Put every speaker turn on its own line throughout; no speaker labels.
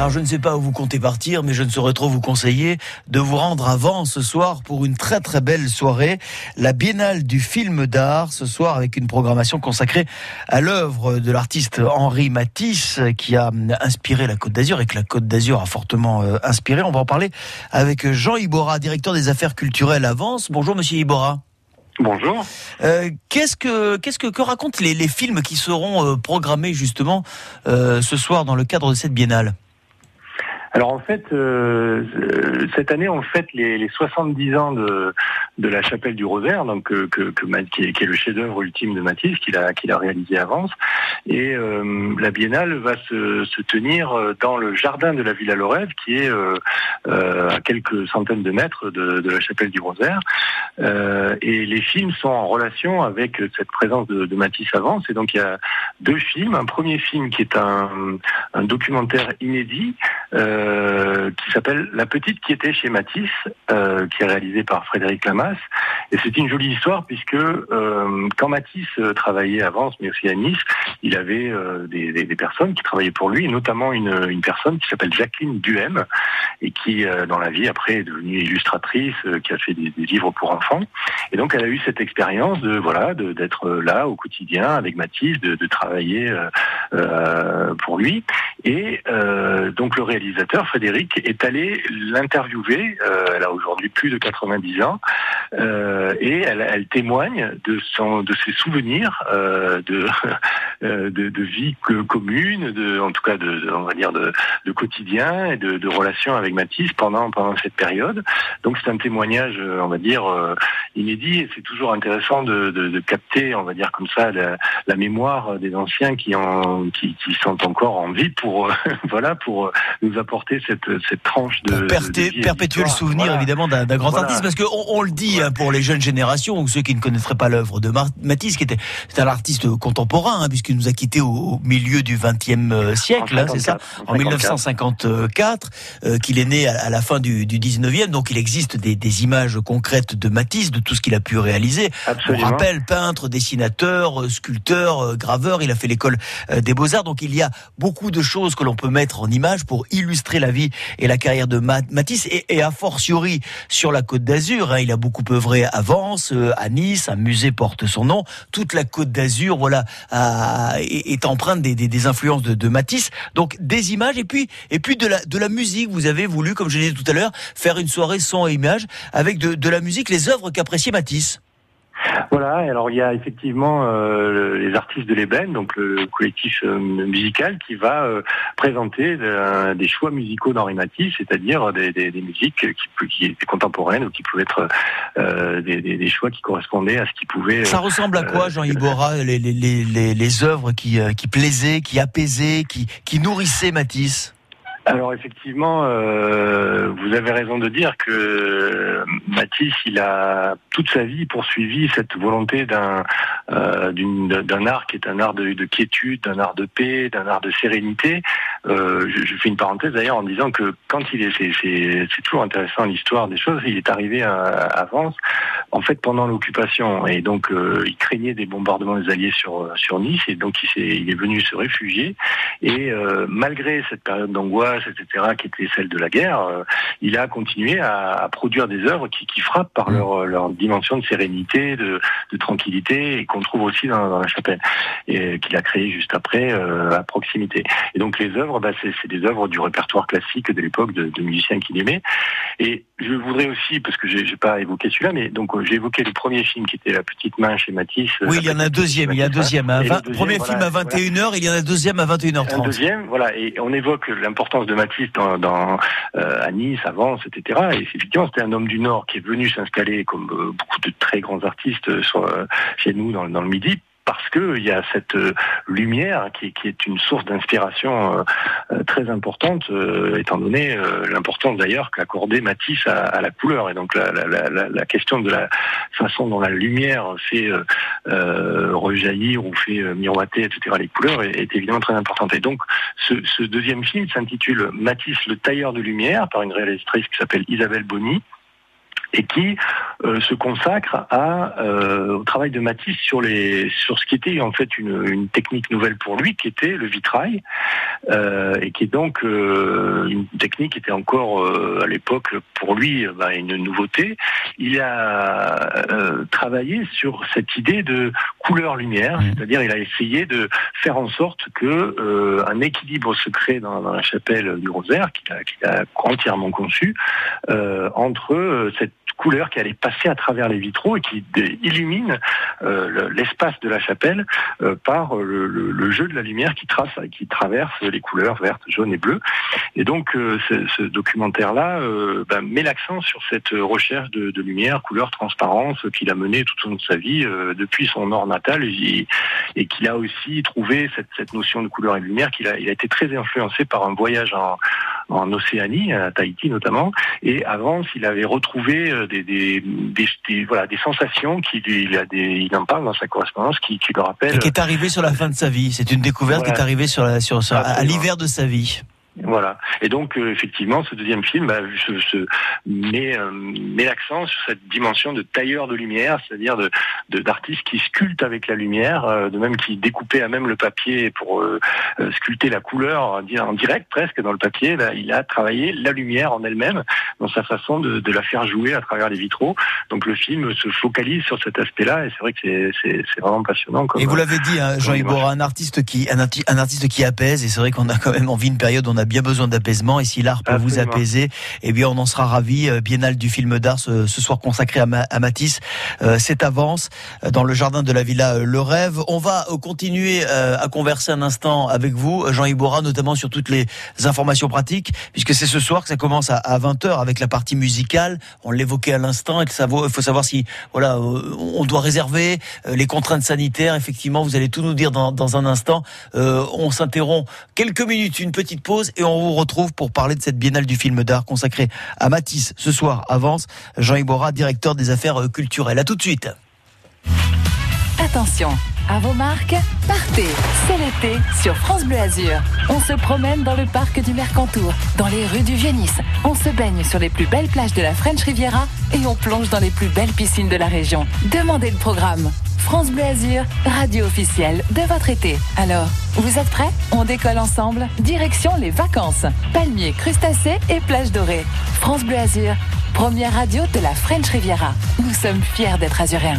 Alors je ne sais pas où vous comptez partir, mais je ne saurais trop vous conseiller de vous rendre à Vence ce soir pour une très très belle soirée. La Biennale du film d'art ce soir avec une programmation consacrée à l'œuvre de l'artiste Henri Matisse qui a inspiré la Côte d'Azur et que la Côte d'Azur a fortement inspiré. On va en parler avec Jean Ibora, directeur des affaires culturelles à Vence. Bonjour Monsieur Ibora.
Bonjour.
Que racontent les films qui seront programmés justement ce soir dans le cadre de cette biennale ?
Alors en fait, cette année on fête les 70 ans de la chapelle du Rosaire, donc qui est le chef-d'œuvre ultime de Matisse qu'il a réalisé à Vence. Et la biennale va se tenir dans le jardin de la Villa Lorève, qui est à quelques centaines de mètres de la chapelle du Rosaire. Et les films sont en relation avec cette présence de Matisse à Vence. Et donc il y a deux films. Un premier film qui est un documentaire inédit qui s'appelle La petite qui était chez Matisse, qui est réalisé par Frédéric Lamas. Et c'est une jolie histoire puisque quand Matisse travaillait à Vence, mais aussi à Nice, il avait des personnes qui travaillaient pour lui, et notamment une personne qui s'appelle Jacqueline Duhem, et qui, dans la vie, après, est devenue illustratrice, qui a fait des livres pour enfants. Et donc, elle a eu cette expérience d'être là au quotidien avec Matisse, de travailler pour lui. Et donc, le réalisateur, Frédéric, est allé l'interviewer. Elle a aujourd'hui plus de 90 ans. Et elle témoigne de ses souvenirs de vie commune, en tout cas on va dire de quotidien et de relations avec Matisse pendant cette période. Donc c'est un témoignage, on va dire inédit, et c'est toujours intéressant de capter, on va dire comme ça, la mémoire des anciens qui sont encore en vie pour pour nous apporter cette tranche de vie,
perpétuer le souvenir évidemment d'un grand artiste, parce que on le dit pour les jeunes générations ou ceux qui ne connaîtraient pas l'œuvre de Matisse, c'est un artiste contemporain puisqu'il nous a quittés au milieu du XXe siècle, c'est ça, en 1954, qu'il est né à la fin du 19e, donc il existe des images concrètes de Matisse, de tout ce qu'il a pu réaliser.
Absolument.
On rappelle, peintre, dessinateur, sculpteur, graveur, il a fait l'école des Beaux-Arts, donc il y a beaucoup de choses que l'on peut mettre en image pour illustrer la vie et la carrière de Matisse, et a fortiori sur la Côte d'Azur, il a beaucoup œuvré à Vence, à Nice, un musée porte son nom, toute la Côte d'Azur, est empreinte des influences de Matisse. Donc des images et puis de la musique. Vous avez voulu, comme je disais tout à l'heure, faire une soirée son et images avec de la musique, les œuvres qu'appréciait Matisse.
Voilà, alors il y a effectivement les artistes de l'Ébène, donc le collectif musical qui va présenter des choix musicaux d'Henri Matisse, c'est-à-dire des musiques qui étaient contemporaines ou qui pouvaient être des choix qui correspondaient à ce qui pouvait...
Ça ressemble à quoi, Jean Ibora, les œuvres qui plaisaient, qui apaisaient, qui nourrissaient Matisse ?
Alors effectivement, vous avez raison de dire que Matisse, il a toute sa vie poursuivi cette volonté d'un art qui est un art de quiétude, d'un art de paix, d'un art de sérénité. Je fais une parenthèse d'ailleurs en disant que quand c'est toujours intéressant l'histoire des choses, il est arrivé à Vence en fait pendant l'occupation, et donc il craignait des bombardements des Alliés sur Nice, et donc il est venu se réfugier, et malgré cette période d'angoisse, etc., qui était celle de la guerre, il a continué à produire des œuvres qui frappent par leur dimension de sérénité, de tranquillité, et qu'on trouve aussi dans la chapelle, et qu'il a créé juste après à proximité. Et donc les œuvres, c'est des œuvres du répertoire classique de l'époque de musiciens qu'il aimait. Et je voudrais aussi, parce que j'ai pas évoqué celui-là, mais donc j'ai évoqué le premier film qui était La petite main chez Matisse.
Oui, il y en a un deuxième. Il y a un deuxième. Premier film à 21h, il y en a un deuxième à 21h30.
Un deuxième, voilà. Et on évoque l'importance de Matisse à Nice, à Vence, etc. Et effectivement, c'était un homme du Nord qui est venu s'installer, comme beaucoup de très grands artistes chez nous dans le Midi, parce que il y a cette lumière qui est une source d'inspiration très importante, étant donné l'importance d'ailleurs qu'accordait Matisse à la couleur. Et donc la question de la façon dont la lumière fait rejaillir ou fait miroiter, etc., les couleurs est évidemment très importante. Et donc ce deuxième film s'intitule Matisse, le tailleur de lumière, par une réalisatrice qui s'appelle Isabelle Bonny. et qui se consacre au travail de Matisse sur ce qui était en fait une technique nouvelle pour lui, qui était le vitrail, et qui est donc une technique qui était encore à l'époque pour lui une nouveauté. Il a travaillé sur cette idée de couleur-lumière, c'est-à-dire il a essayé de faire en sorte que un équilibre se crée dans la chapelle du Rosaire, qu'il a entièrement conçu, entre cette couleur qui allait passer à travers les vitraux et qui illumine l'espace de la chapelle par le jeu de la lumière qui traverse les couleurs vertes, jaunes et bleues. Et donc ce documentaire-là met l'accent sur cette recherche de lumière, couleur, transparence qu'il a menée tout au long de sa vie depuis son nord natal et qu'il a aussi trouvé cette notion de couleur et de lumière. Il a été très influencé par un voyage en Océanie, à Tahiti notamment, et avant il avait retrouvé des sensations il en parle dans sa correspondance qui le rappelle.
Et qui est arrivé sur la fin de sa vie. C'est une découverte qui est arrivée à l'hiver de sa vie.
Voilà. Et donc effectivement, ce deuxième film met l'accent sur cette dimension de tailleur de lumière, c'est-à-dire d'artiste qui sculpte avec la lumière, de même qui découpait à même le papier pour sculpter la couleur en direct presque dans le papier. Là, il a travaillé la lumière en elle-même dans sa façon de la faire jouer à travers les vitraux. Donc le film se focalise sur cet aspect-là et c'est vrai que c'est vraiment passionnant.
Et vous l'avez dit, Jean-Yves Borra, un artiste qui apaise, et c'est vrai qu'on a quand même envie une période où on a bien besoin d'apaisement, et si l'art peut vous apaiser, eh bien on en sera ravis. Biennale du film d'art ce soir consacré à Matisse, c'est Avance dans le jardin de la Villa Le Rêve. On va continuer à converser un instant avec vous, Jean-Yves Borra, notamment sur toutes les informations pratiques, puisque c'est ce soir que ça commence à 20h avec la partie musicale. On l'évoquait à l'instant, et il faut savoir si on doit réserver les contraintes sanitaires. Effectivement, vous allez tout nous dire dans un instant. On s'interrompt quelques minutes, une petite pause, et on vous retrouve pour parler de cette biennale du film d'art consacrée à Matisse ce soir. Avance, Jean-Yves Borra, directeur des affaires culturelles. À tout de suite.
Attention, à vos marques, partez. C'est l'été sur France Bleu Azur. On se promène dans le parc du Mercantour, dans les rues du Vieux-Nice. On se baigne sur les plus belles plages de la French Riviera et on plonge dans les plus belles piscines de la région. Demandez le programme. France Bleu Azur, radio officielle de votre été. Alors, vous êtes prêts ? On décolle ensemble. Direction les vacances. Palmiers, crustacés et plages dorées. France Bleu Azur, première radio de la French Riviera. Nous sommes fiers d'être azuréens.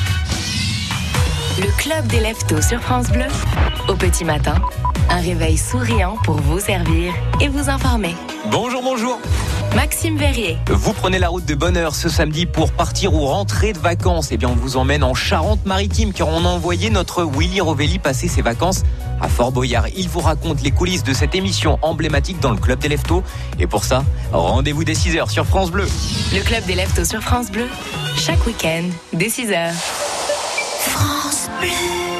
Le club des lève-tôt sur France Bleu. Au petit matin, un réveil souriant pour vous servir et vous informer.
Bonjour.
Maxime Verrier.
Vous prenez la route de bonne heure ce samedi pour partir ou rentrer de vacances. Eh bien, on vous emmène en Charente-Maritime car on a envoyé notre Willy Rovelli passer ses vacances à Fort Boyard. Il vous raconte les coulisses de cette émission emblématique dans le club des lève-tôt. Et pour ça, rendez-vous dès 6h sur France Bleu.
Le club des lève-tôt sur France Bleu. Chaque week-end, dès 6h.
France Bleu.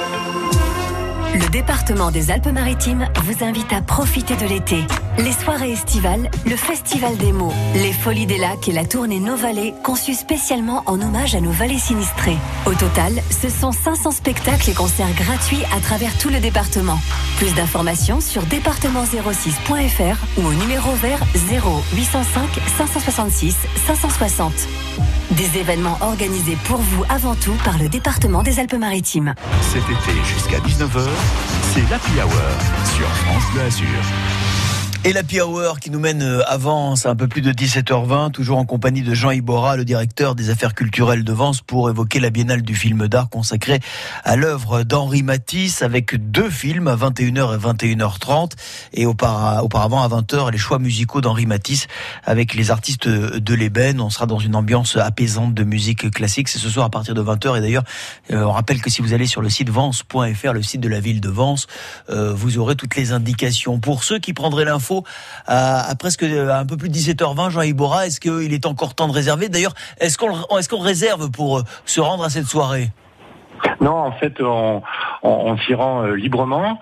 Le département des Alpes-Maritimes vous invite à profiter de l'été. Les soirées estivales, le festival des mots, les folies des lacs et la tournée Nos Vallées conçue spécialement en hommage à nos vallées sinistrées. Au total, ce sont 500 spectacles et concerts gratuits à travers tout le département. Plus d'informations sur département06.fr ou au numéro vert 0805 566 560. Des événements organisés pour vous avant tout par le département des Alpes-Maritimes.
Cet été jusqu'à 19h, c'est l'Happy Hour sur France Bleu Azur.
Et l'Happy Hour qui nous mène à Vence à un peu plus de 17h20, toujours en compagnie de Jean-Yves Borra, le directeur des affaires culturelles de Vence, pour évoquer la biennale du film d'art consacrée à l'œuvre d'Henri Matisse, avec 2 films à 21h et 21h30, et auparavant à 20h les choix musicaux d'Henri Matisse avec les artistes de l'Ébène. On sera dans une ambiance apaisante de musique classique. C'est ce soir à partir de 20h, et d'ailleurs on rappelle que si vous allez sur le site vence.fr, le site de la ville de Vence, vous aurez toutes les indications. Pour ceux qui prendraient l'info à presque un peu plus de 17h20, Jean-Yves Borra, est-ce qu'il est encore temps de réserver ? D'ailleurs, est-ce qu'on réserve pour se rendre à cette soirée ?
Non, en fait, on s'y rend librement.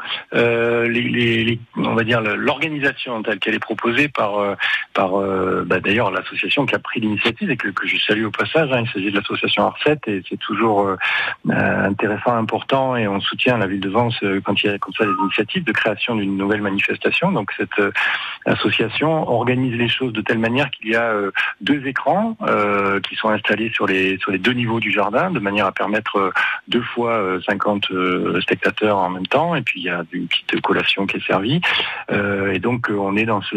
On va dire l'organisation telle qu'elle est proposée par d'ailleurs l'association qui a pris l'initiative et que je salue au passage. Il s'agit de l'association Arcet, et c'est toujours intéressant intéressant, important, et on soutient la ville de Vence quand il y a comme ça des initiatives de création d'une nouvelle manifestation. Donc cette association organise les choses de telle manière qu'il y a 2 écrans qui sont installés sur les 2 niveaux du jardin, de manière à permettre 2 fois 50 spectateurs en même temps, et puis il y a une petite collation qui est servie. Et donc on est dans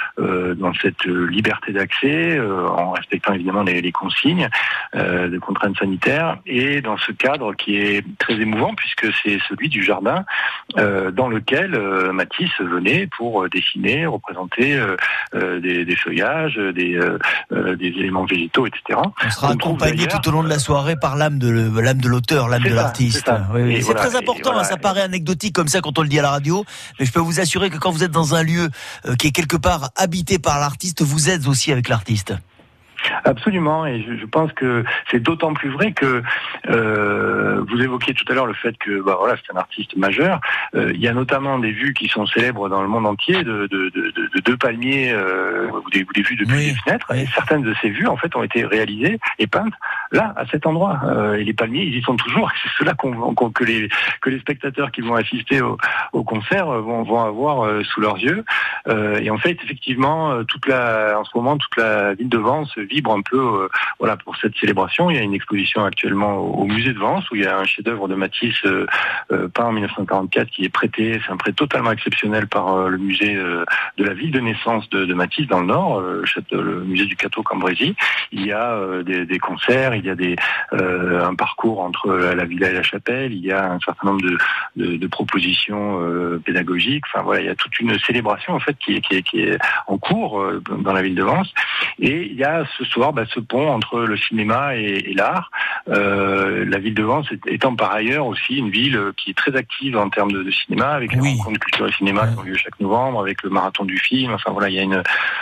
cette liberté d'accès, en respectant évidemment les consignes de contraintes sanitaires, et dans ce cadre qui est très émouvant puisque c'est celui du jardin dans lequel Matisse venait pour dessiner, représenter des feuillages, des éléments végétaux, etc.
On sera accompagné tout au long de la soirée par l'âme de l'auteur, l'âme de l'artiste. C'est voilà, très important, voilà, ça paraît anecdotique comme ça quand on le dit à la radio, mais je peux vous assurer que quand vous êtes dans un lieu qui est quelque part habité par l'artiste, vous êtes aussi avec l'artiste.
Absolument, et je pense que c'est d'autant plus vrai que vous évoquiez tout à l'heure le fait que voilà, c'est un artiste majeur. Il y a notamment des vues qui sont célèbres dans le monde entier de 2 palmiers ou des vues depuis des fenêtres. Oui. Et certaines de ces vues en fait ont été réalisées et peintes là à cet endroit. Et les palmiers, ils y sont toujours. C'est cela que les spectateurs qui vont assister au concert vont avoir sous leurs yeux. Et en fait, effectivement, en ce moment, toute la ville de Vence vibre un peu voilà, pour cette célébration. Il y a une exposition actuellement au musée de Vence où il y a un chef-d'œuvre de Matisse peint en 1944 qui est prêté. C'est un prêt totalement exceptionnel par le musée de la ville de naissance de Matisse dans le Nord, le musée du Cateau-Cambrésis. Il y a des concerts, il y a un parcours entre la villa et la chapelle, il y a un certain nombre de propositions pédagogiques. Enfin voilà, il y a toute une célébration en fait qui est en cours dans la ville de Vence. Et il y a ce soir ce pont entre le cinéma et l'art. La ville de Vence étant par ailleurs aussi une ville qui est très active en termes de cinéma, avec les rencontres de culture et cinéma qui ont lieu chaque novembre, avec le marathon du film. Enfin voilà, il y a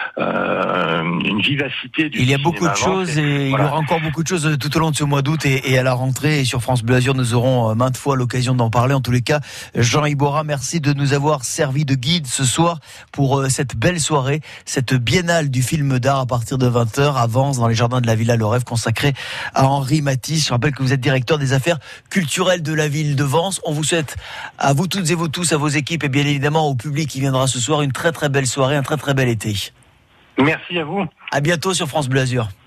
une vivacité du cinéma.
Il y a beaucoup de choses et il y aura encore beaucoup de choses tout au long de ce mois d'août et à la rentrée. Et sur France Bleu Azur, nous aurons maintes fois l'occasion d'en parler. En tous les cas, Jean Iborra, merci de nous avoir servi de guide ce soir pour cette belle soirée, cette biennale du film d'art à partir de 20h à Vence, dans les jardins de la Villa Le Rêve, consacré à Henri Matisse. Je rappelle que vous êtes directeur des affaires culturelles de la ville de Vence. On vous souhaite à vous toutes et vous tous, à vos équipes et bien évidemment au public qui viendra ce soir, une très très belle soirée, un très très bel été.
Merci à vous.
À bientôt sur France Bleu Azur.